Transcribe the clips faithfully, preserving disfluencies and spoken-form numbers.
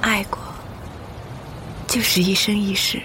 爱过，就是一生一世。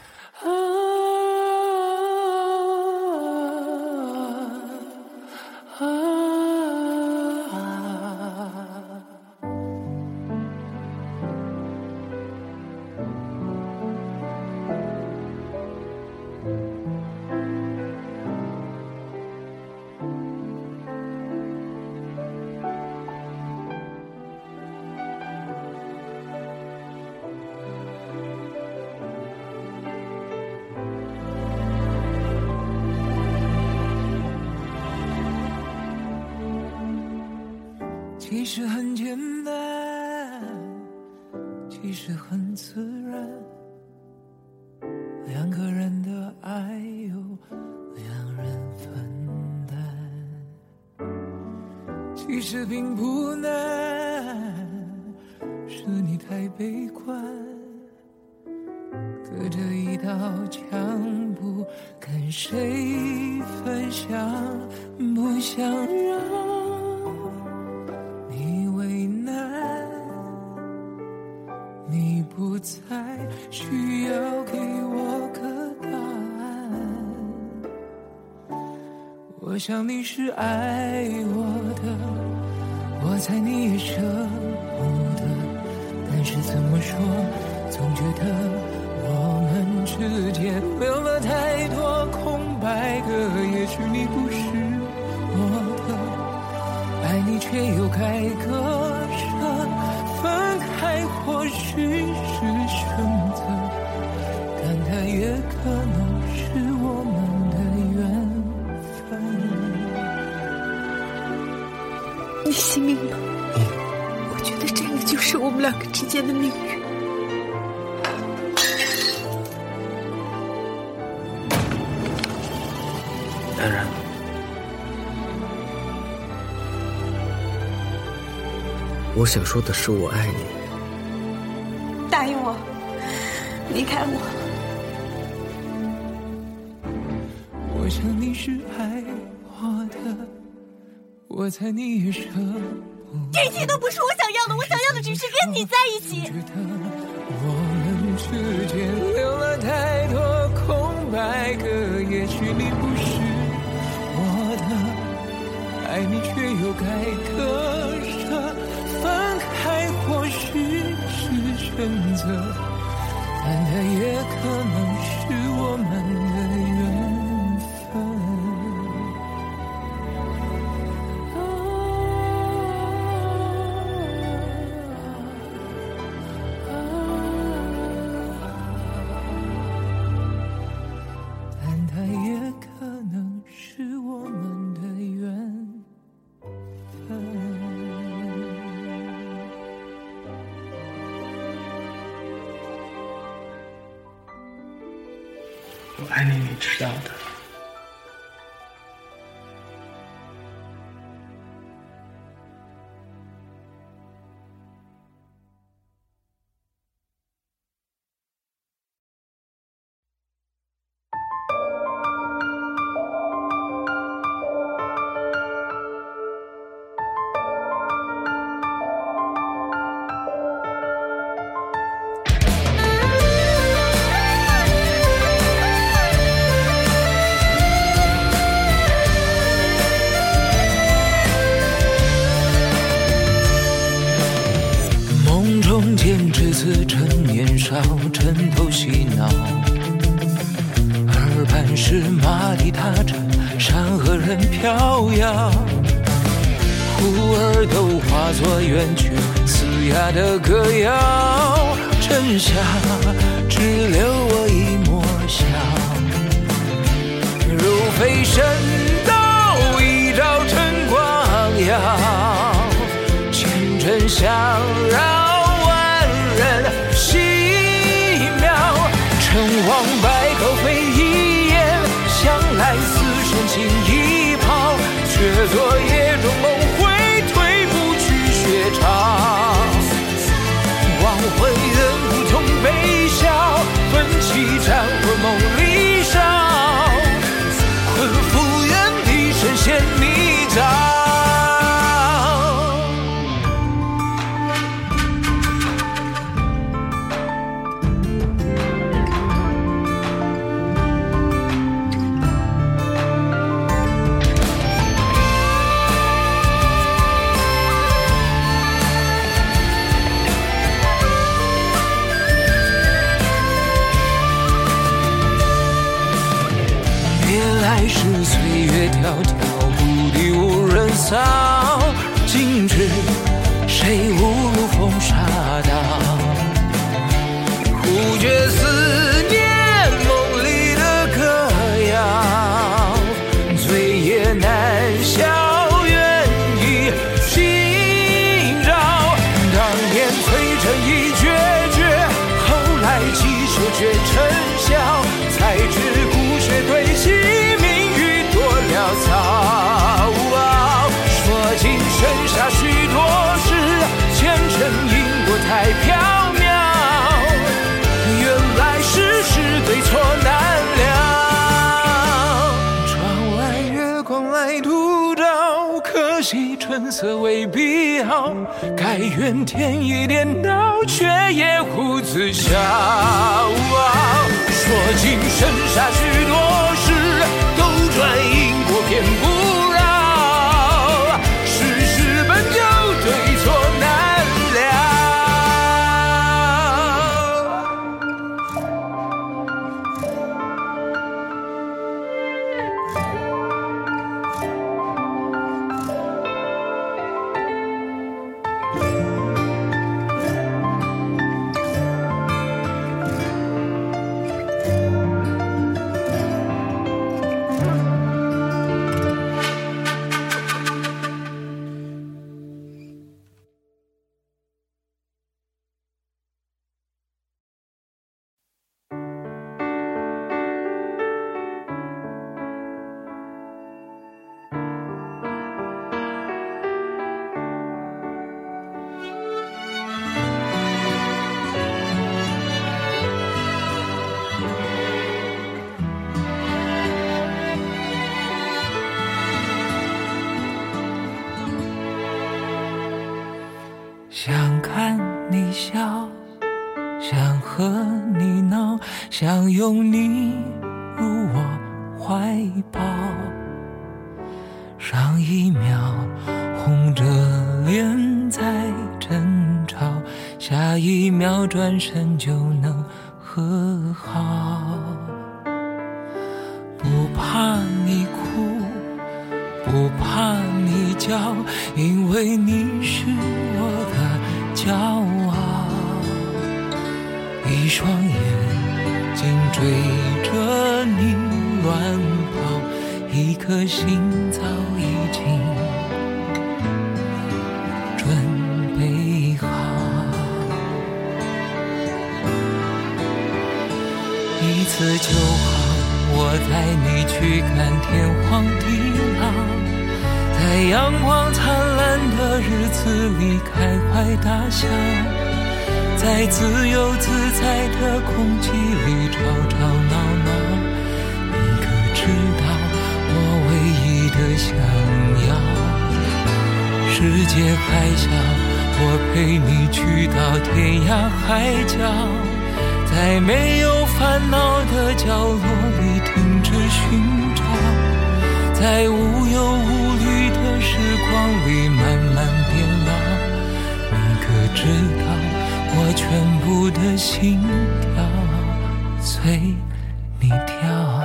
其实很简单，其实很自然，两个人的爱由两人分担。其实并不难，是你太悲观，隔着一道墙不跟谁分享，不想让不再需要给我个答案。我想你是爱我的，我猜你也舍不得，但是怎么说，总觉得我们之间留了太多空白格。也许你不是我的，爱你却又该割舍，分开或许是选择，但它也可能是我们的缘分。 你信命吗？ 嗯， 我觉得这个就是我们两个之间的命运。 冉冉，我想说的是我爱你。 答应我，离开我。 我想你是爱我的，我猜你也舍不得。 这些都不是我想要的，我想要的只是跟你在一起。 觉得我们之间留了太多空白格，也许你不是我的，爱你却又该割舍，分开或许是选择，但它也可能是我们的缘分。但它也可能是我们的缘分。 我爱你，你知道的。 见这次趁年少，枕头洗脑，耳畔是马蹄踏着山河人飘摇，忽而都化作远去嘶哑的歌谣，真夏只留我一抹笑，如飞神刀一照晨光耀，前尘相绕细妙，成王败寇非一言，向来似深情一泡，却昨夜中梦回，退不去血潮。忘回人不同悲笑，奋起战火梦里烧，困赴迢迢，故地无人扫。今日谁误入风沙岛？忽觉思念梦里的歌谣，醉也难消，愿意今朝。当年催成一决绝，后来几首绝尘嚣，才知故血对戏，命运多潦草。说尽剩下许多事，前尘因果太缥缈，原来世事对错难料。窗外月光来独照，可惜春色未必好。该怨天意颠倒，却也胡自笑。说尽剩下许多事，斗转因果偏不饶。世事本就对错难料。想看你笑，想和你闹，想拥你入我怀抱。上一秒红着脸在争吵，下一秒转身就能和好。不怕你哭，不怕你叫，因为你是我的骄傲。一双眼睛追着你乱跑，一颗心早已经准备好。一次就好，我带你去看天荒地老，在阳光灿烂的日子里开怀大笑，在自由自在的空气里吵吵闹闹。你可知道我唯一的想要，世界还小，我陪你去到天涯海角，在没有烦恼的角落里停止寻找，在无忧无虑的时光里慢慢变老。你可知道我全部的心跳随你跳。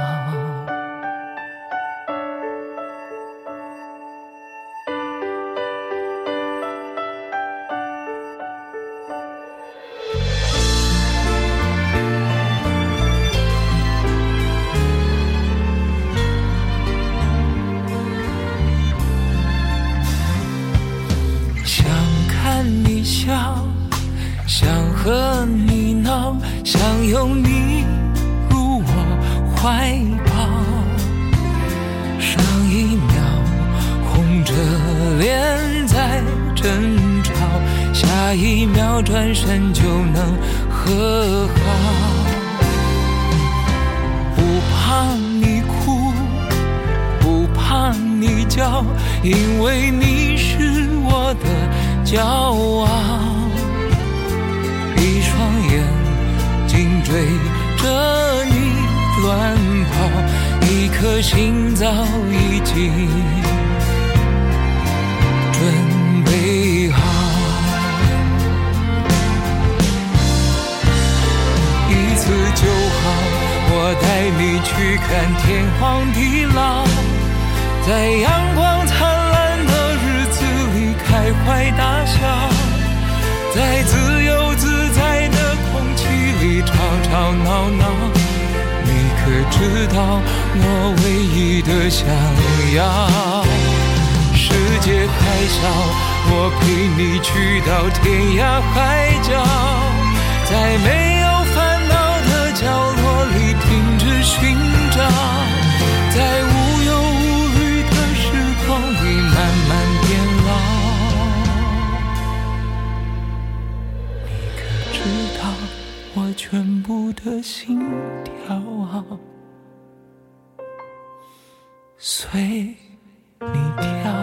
想和你闹，想拥你入我怀抱，上一秒红着脸在争吵，下一秒转身就能和好。不怕你哭，不怕你叫，因为你是我的骄傲。一双眼睛追着你乱跑，一颗心早已经准备好。一次就好，我带你去看天荒地老， 在阳光灿烂的日子里开怀大笑，在自由自在的空气里吵吵闹闹。你可知道我唯一的想要？世界太小，我陪你去到天涯海角，在没有烦恼的角落里停止寻找，在无忧无虑的时光里慢慢变老。你可知道我全部的心跳啊，随你跳。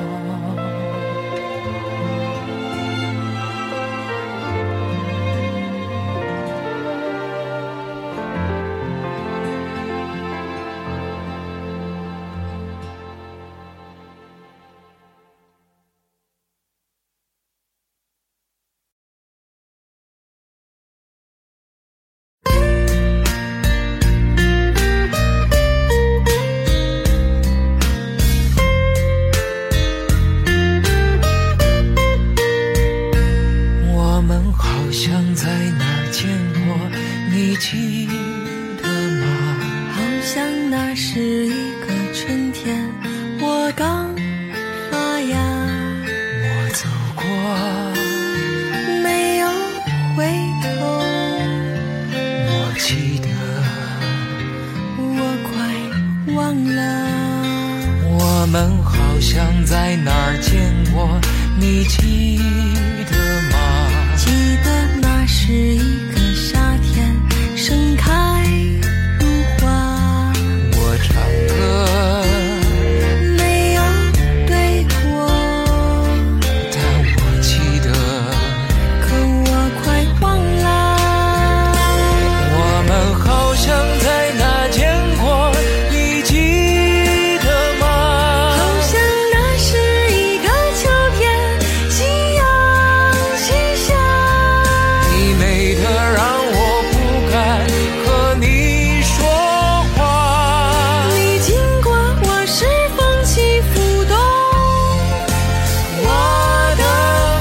记得吗？ 好像那是一个春天，我刚发芽， 我走过没有回头， 我记得我快忘了， 我们好像在哪儿见过，你记得吗？ 记得那是一个夏天，盛开如花， 我唱歌没有对过， 但我记得， 可我快忘了， 我们好像在哪见过，你记得吗？ 好像那是一个秋天，夕阳西下， 你美得让我不敢和你说话， 你经过我是风起拂动我的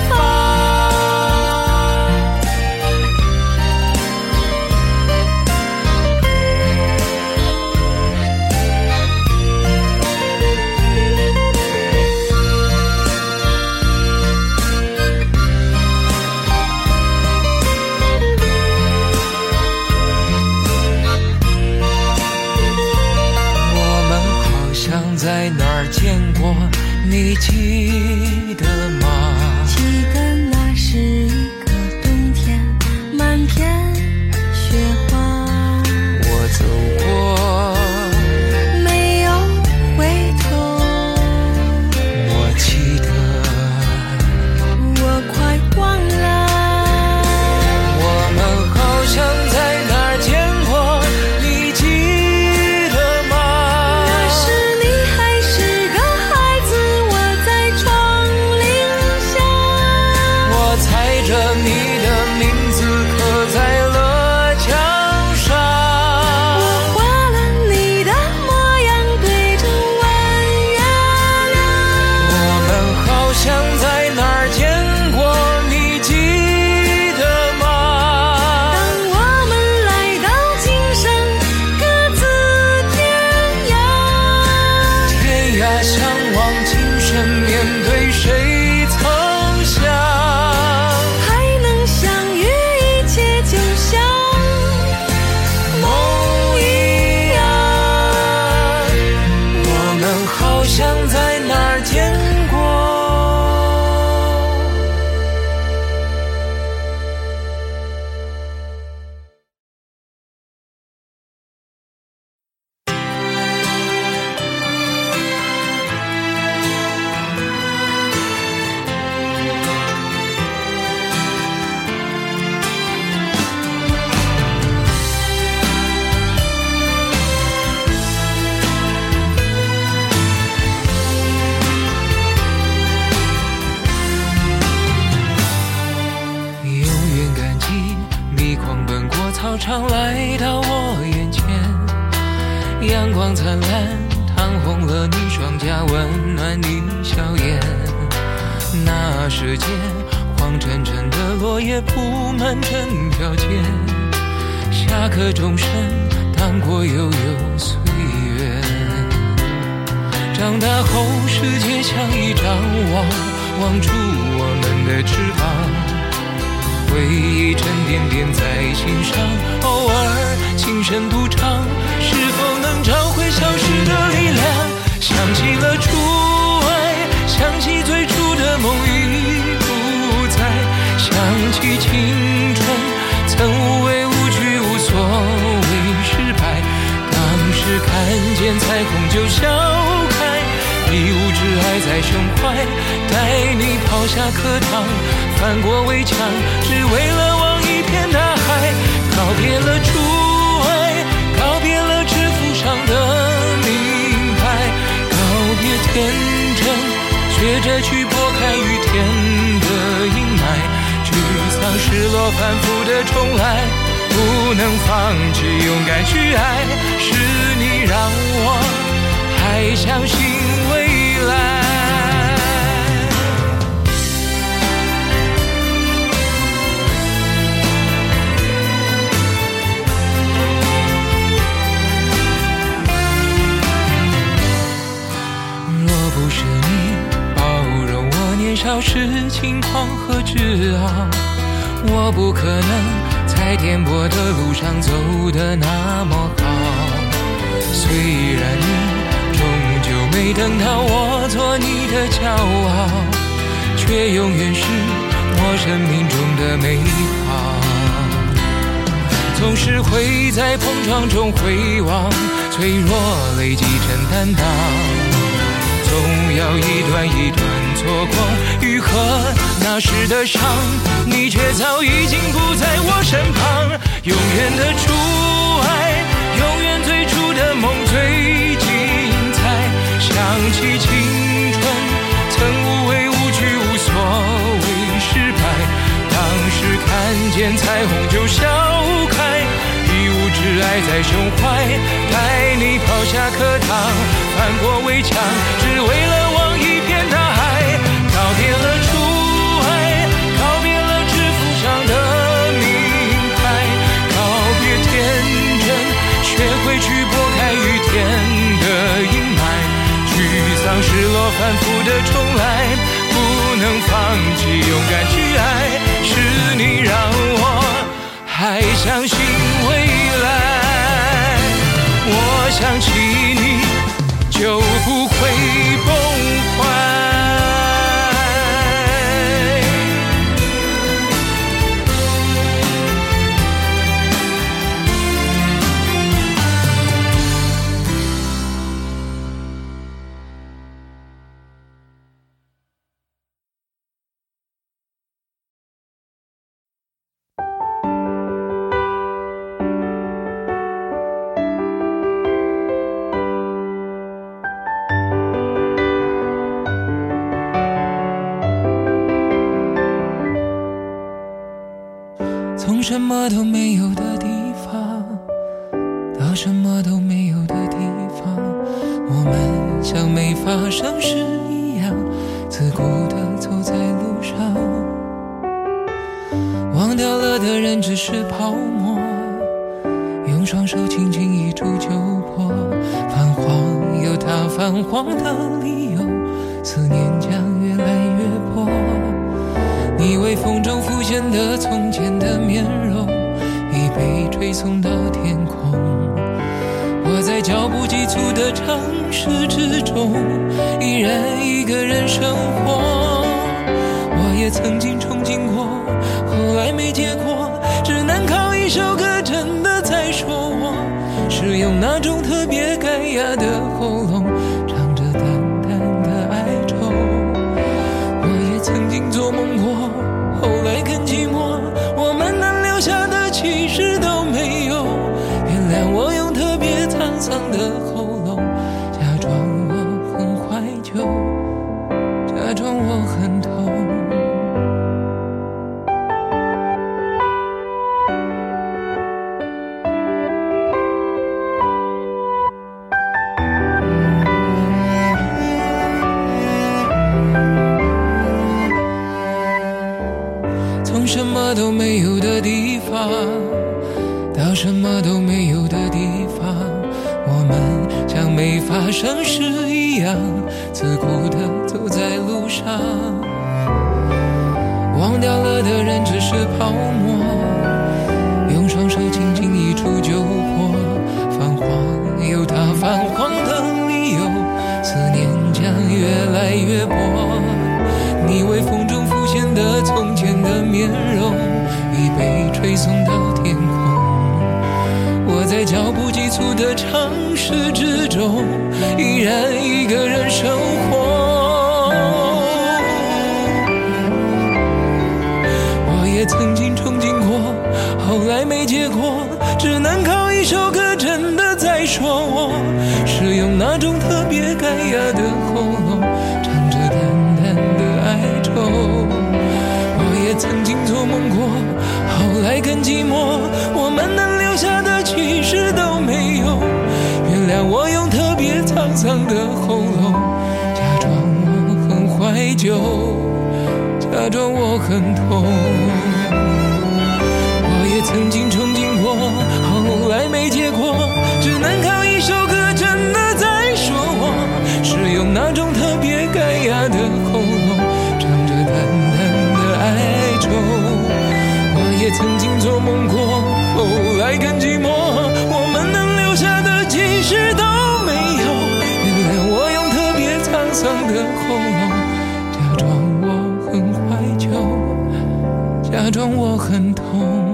我们好像在哪儿见过，你记得吗？ 记得那是一个冬天，满天雪花， 我走过没有回头， 我记得， 我快忘了， 我们好像在哪儿见过，你记得吗？ 那时你还是个孩子，我在窗棂下， 我踩着你的名字刻在了墙上， 我画了你的模样，对着弯月亮， 我们好像在哪儿见过，你记得吗？ 当我们来到今生，各自天涯， 天涯相望，今生面对谁曾想？ 还能相遇，一切就像梦一样。 我们好像在哪儿见过。永远感激你狂奔过操场来到我眼前，阳光灿烂，烫红用了你双颊温暖你笑颜。那时间黄沉沉的落叶铺满整条街，下课钟声荡过悠悠岁月。长大后世界像一张网，网住我们的翅膀，回忆沉甸甸在心上，偶尔轻声独唱，是否能找回消失的力量？想起了初爱，想起最初的梦已不在，想起青春曾无畏无惧无所谓失败，当时看见彩虹就笑开，一无挚爱在胸怀，带你跑下课堂，翻过围墙，只为了望一片大海。告别了初爱，告别了制服上的名牌，告别天真，学着去拨开雨天的阴霾，沮丧失落反复的重来，不能放弃勇敢去爱，是你让我还相信未来。若不是你包容我年少时轻狂和自傲，我不可能在颠簸的路上走得那么好。虽然你终究没等到我做你的骄傲，却永远是我生命中的美好。总是会在碰撞中回望，脆弱累积成担当，总要一段一段错过，愈合那时的伤，你却早已经不在我身旁。永远的初爱，永远最初的梦最精彩，想起青春曾无畏无惧无所谓失败，当时看见彩虹就笑开，一无挚爱在胸怀，带你跑下课堂，翻过围墙，只为了望一片大海。告别了初爱，告别了制服上的名牌，告别天真，学会去拨开雨天的阴霾，沮丧失落反复的重来，不能放弃勇敢去爱，是你让我还相信未来。我想起你就不会崩坏。从什么都没有的地方到什么都没有的地方，我们像没发生事一样自顾地走在路上，忘掉了的人只是泡沫，用双手轻轻一触就破，泛黄有它泛黄的理由，思念将越来越薄，你微风中浮现的从前的面容已被吹送到天空，我在脚步急促的城市之中依然一个人生活，我也曾经憧憬过，后来没结果，只能靠一首歌真的在说我是用那种特别干哑的喉咙唱着淡淡的哀愁，我也曾经做梦过，后来更寂寞，我们能留下的其实都没有，原谅我用特别沧桑的喉咙假装我很怀旧，假装我很痛。 么都没有的地方，到什么都没有的地方，我们像没发生事一样，自顾地走在路上。忘掉了的人只是泡沫，用双手轻轻一触就破。泛黄有它泛黄的理由，思念将越来越薄。你微风中浮现的从前的面容，已被吹送到天空。我在脚步急促的城市之中，依然一个人生活。我也曾经憧憬过，后来没结果，只能靠一首歌真的在说我，是用那种特别干哑的喉咙，唱着淡淡的哀愁。我也曾经做梦过，后来更寂寞，我们能留下的其实都没有。原谅我用特别沧桑的喉咙，假装我很怀旧，假装我很痛。我也曾经憧憬过，后来没结果，只能靠一首歌真的在说我，是用那种特别干哑的喉咙，唱着淡淡的哀愁。我也曾经做梦过，后来更寂寞，我们能留下的其实都没有。原谅我用特别沧桑的喉咙，假装我很怀旧，假装我很痛。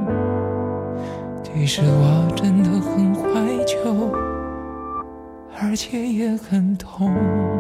其实我真的很怀旧，而且也很痛。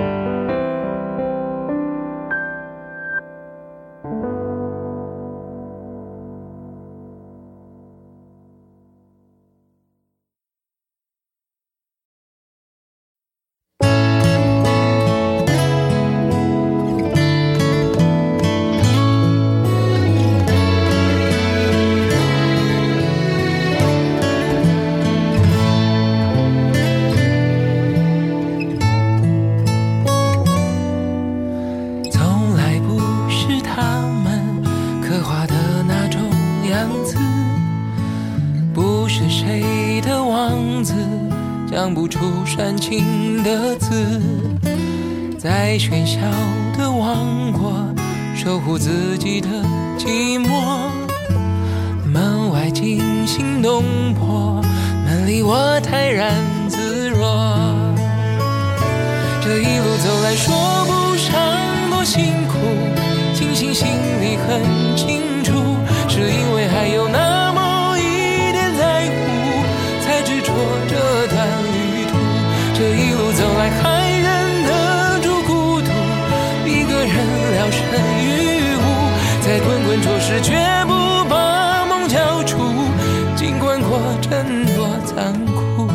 讲不出煽情的字，在喧嚣的王国守护自己的寂寞。门外惊心动魄，门里我泰然自若。这一路走来说不上多辛苦，庆幸心里很清楚，是因为还有那么一点在乎，才执着这段旅途。这一路走来还忍得住孤独，一个人聊胜于无，在滚滚浊世绝不把梦交出，尽管过程多残酷。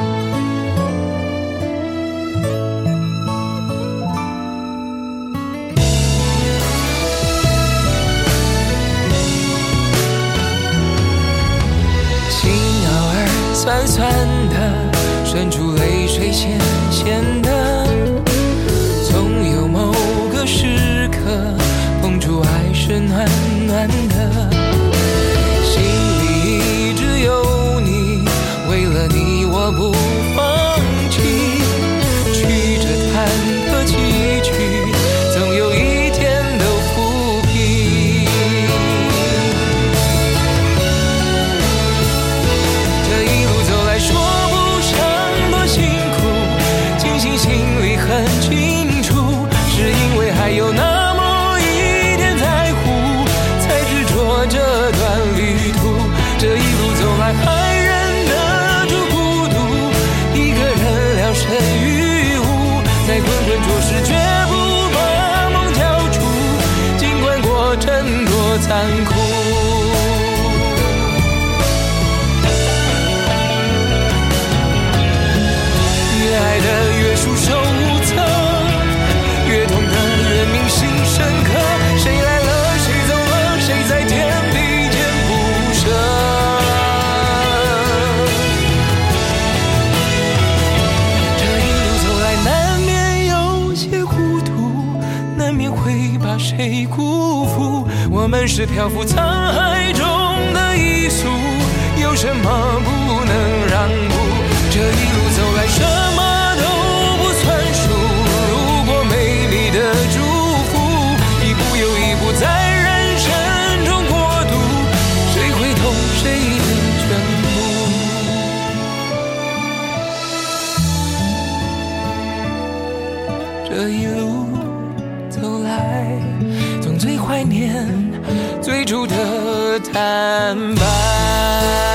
酸酸的，渗出泪水咸咸的，总有某个时刻碰触爱是暖暖的，心里一直有你，为了你我不放弃，曲折忐忑崎岖，总有一天都抚平。这一路走来说不上多辛苦，庆幸心里很清楚，是因为还有那么一点在乎，才执着这段旅途。这一路走来还忍得住孤独，一个人聊胜于无，在滚滚浊世绝不把梦交出，尽管过程多残酷。越爱的越束手无策，越痛的越铭心深刻，谁来了谁走了，谁在天地间不舍。这一路走来难免有些糊涂，难难免会把谁辜负。我们是漂浮沧海中的一粟，有什么不能让步？这一路走来，什么都不算数。如果美丽的祝福，一步又一步在人生中过渡，谁会懂谁的全部？这一路走来，从最怀念最初的坦白。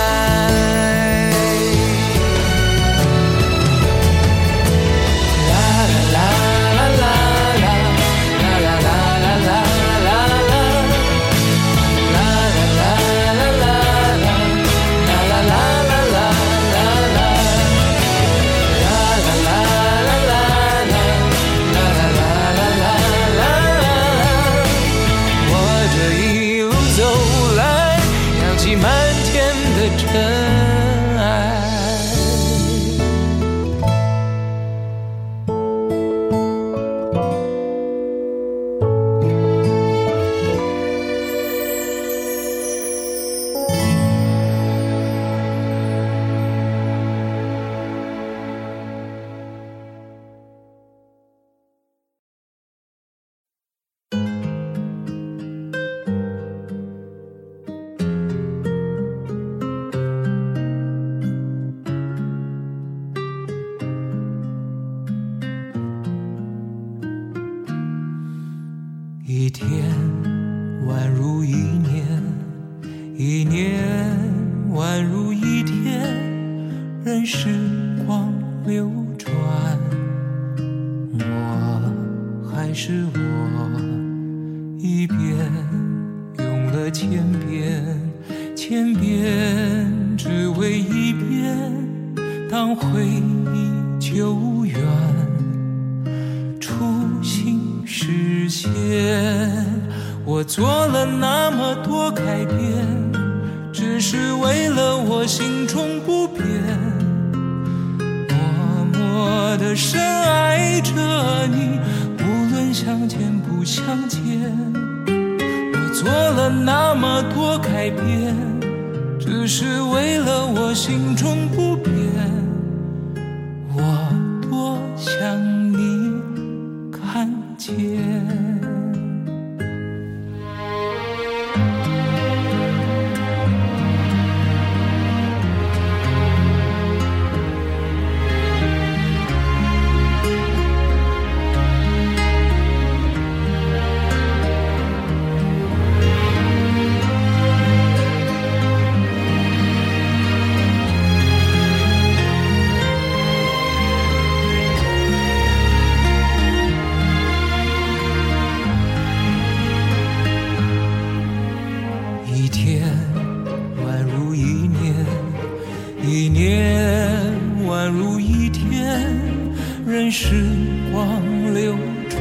一天宛如一年，一年宛如一天，任时光流转，我还是我，一遍用了千遍，千遍只为一遍，当回忆久远，初心实现。我做了那么多改变，只是为了我心中不变，默默地深爱着你，无论相见不相见。我做了那么多改变，只是为了我心中不变，我多想你看见。一天宛如一年，一年宛如一天，任时光流转，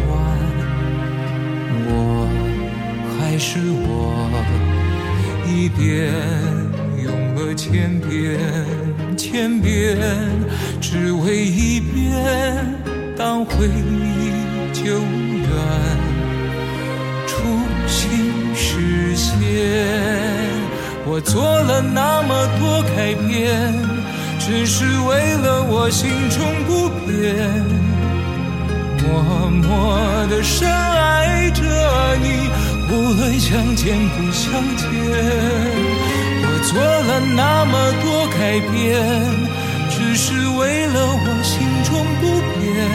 我还是我，一遍用了千遍，千遍只为一遍，当回忆久远，初心实现。我做了那么多改变，只是为了我心中不变，默默地深爱着你，无论相见不相见。我做了那么多改变，只是为了我心中不变，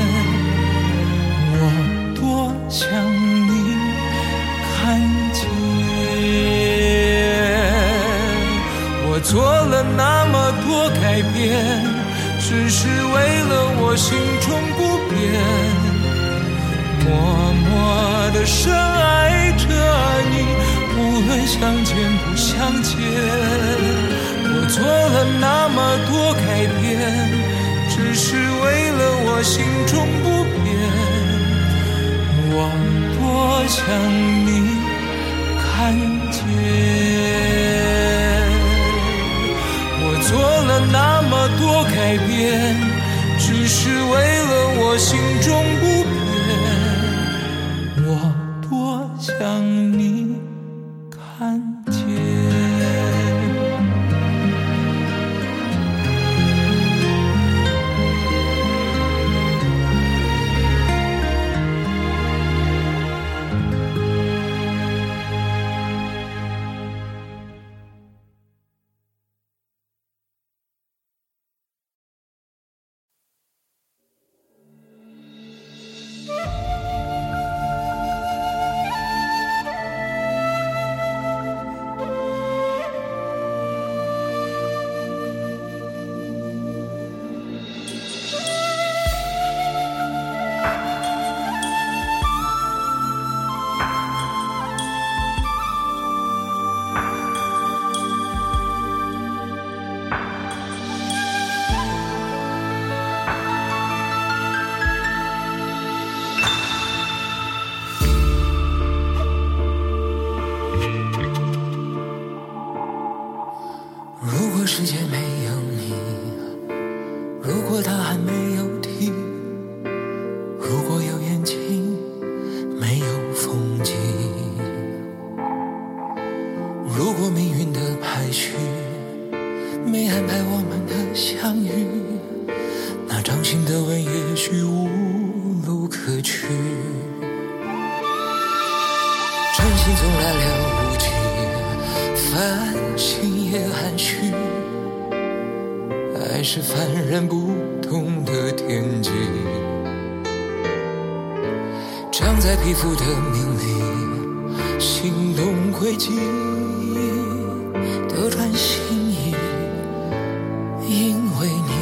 我多想你看见。我做了那么多改变，只是为了我心中不变，默默地深爱着你，无论相见不相见。我做了那么多改变，只是为了我心中不变，我多想你看见。我做了那么多改变，只是为了我心中不变，我将你看见。 世界没有你，如果它还没有停，如果有眼睛没有风景，如果命运的排序没安排我们的相遇，那掌心的吻也许无路可去。真心总来了无迹，繁星也含蓄，爱是凡人不懂的天机，长在皮肤的命里，心动轨迹，斗转星移，因为你，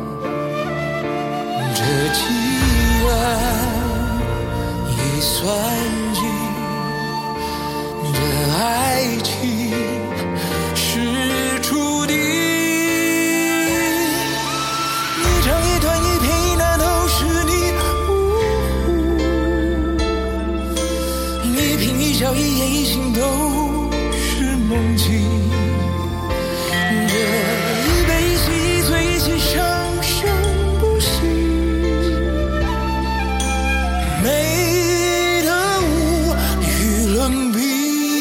这既然已算尽，这爱情是注定。笑一言一行都是梦境，这一杯一喜一醉一起生生不息，美得无与伦比。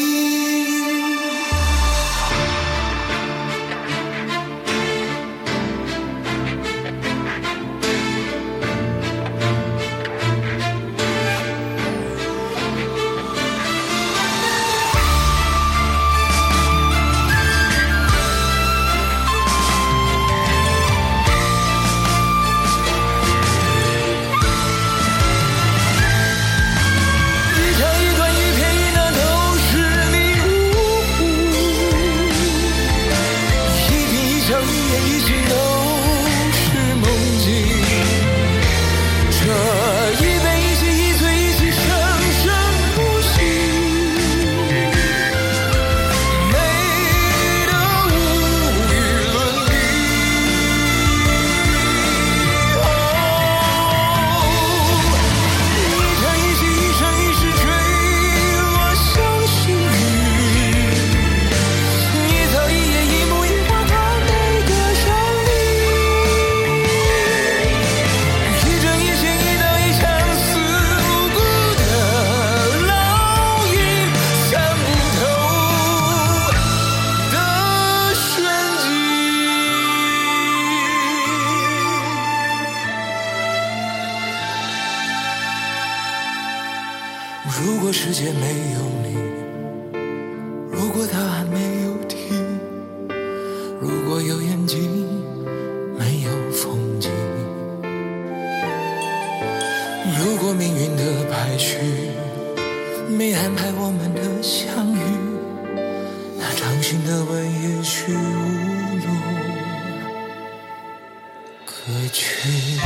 如果世界没有你，如果它还没有停，如果有眼睛没有风景，如果命运的排序没安排我们的相遇，那掌心的吻也许无路可去。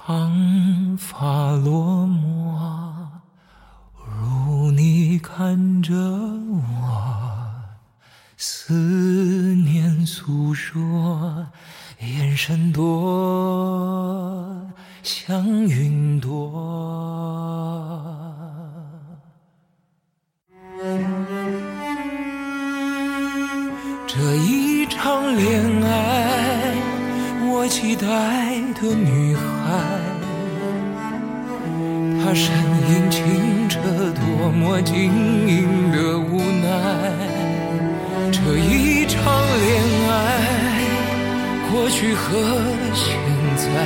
长发落寞，如你看着我，思念诉说，眼神多像云朵。这一场恋爱，我期待的女孩，她身影清澈，多么晶莹的无奈。这一场恋爱，过去和现在，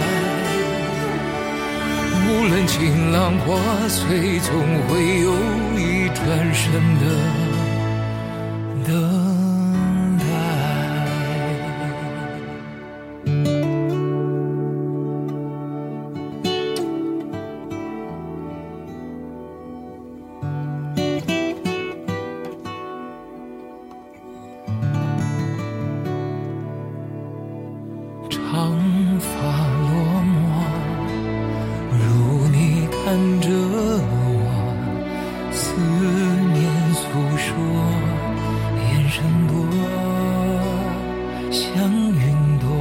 无论情浪破碎，总会有一转身的等待。长发落寞，如你看着我，思念诉说，眼神多像云朵。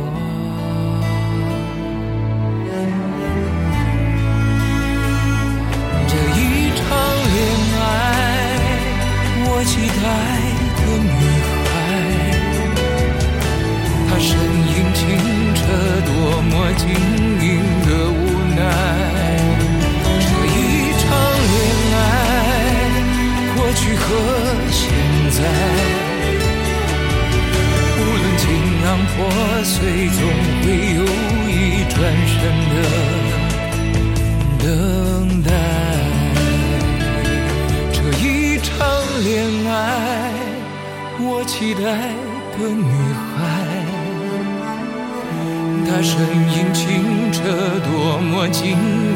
这一场恋爱，我期待的女孩，她身影清澈，多么晶莹的无奈。这一场恋爱，过去和现在，无论情浪破碎，总会有一转身的等待。这一场恋爱，我期待的女孩，她身影清澈，多么晶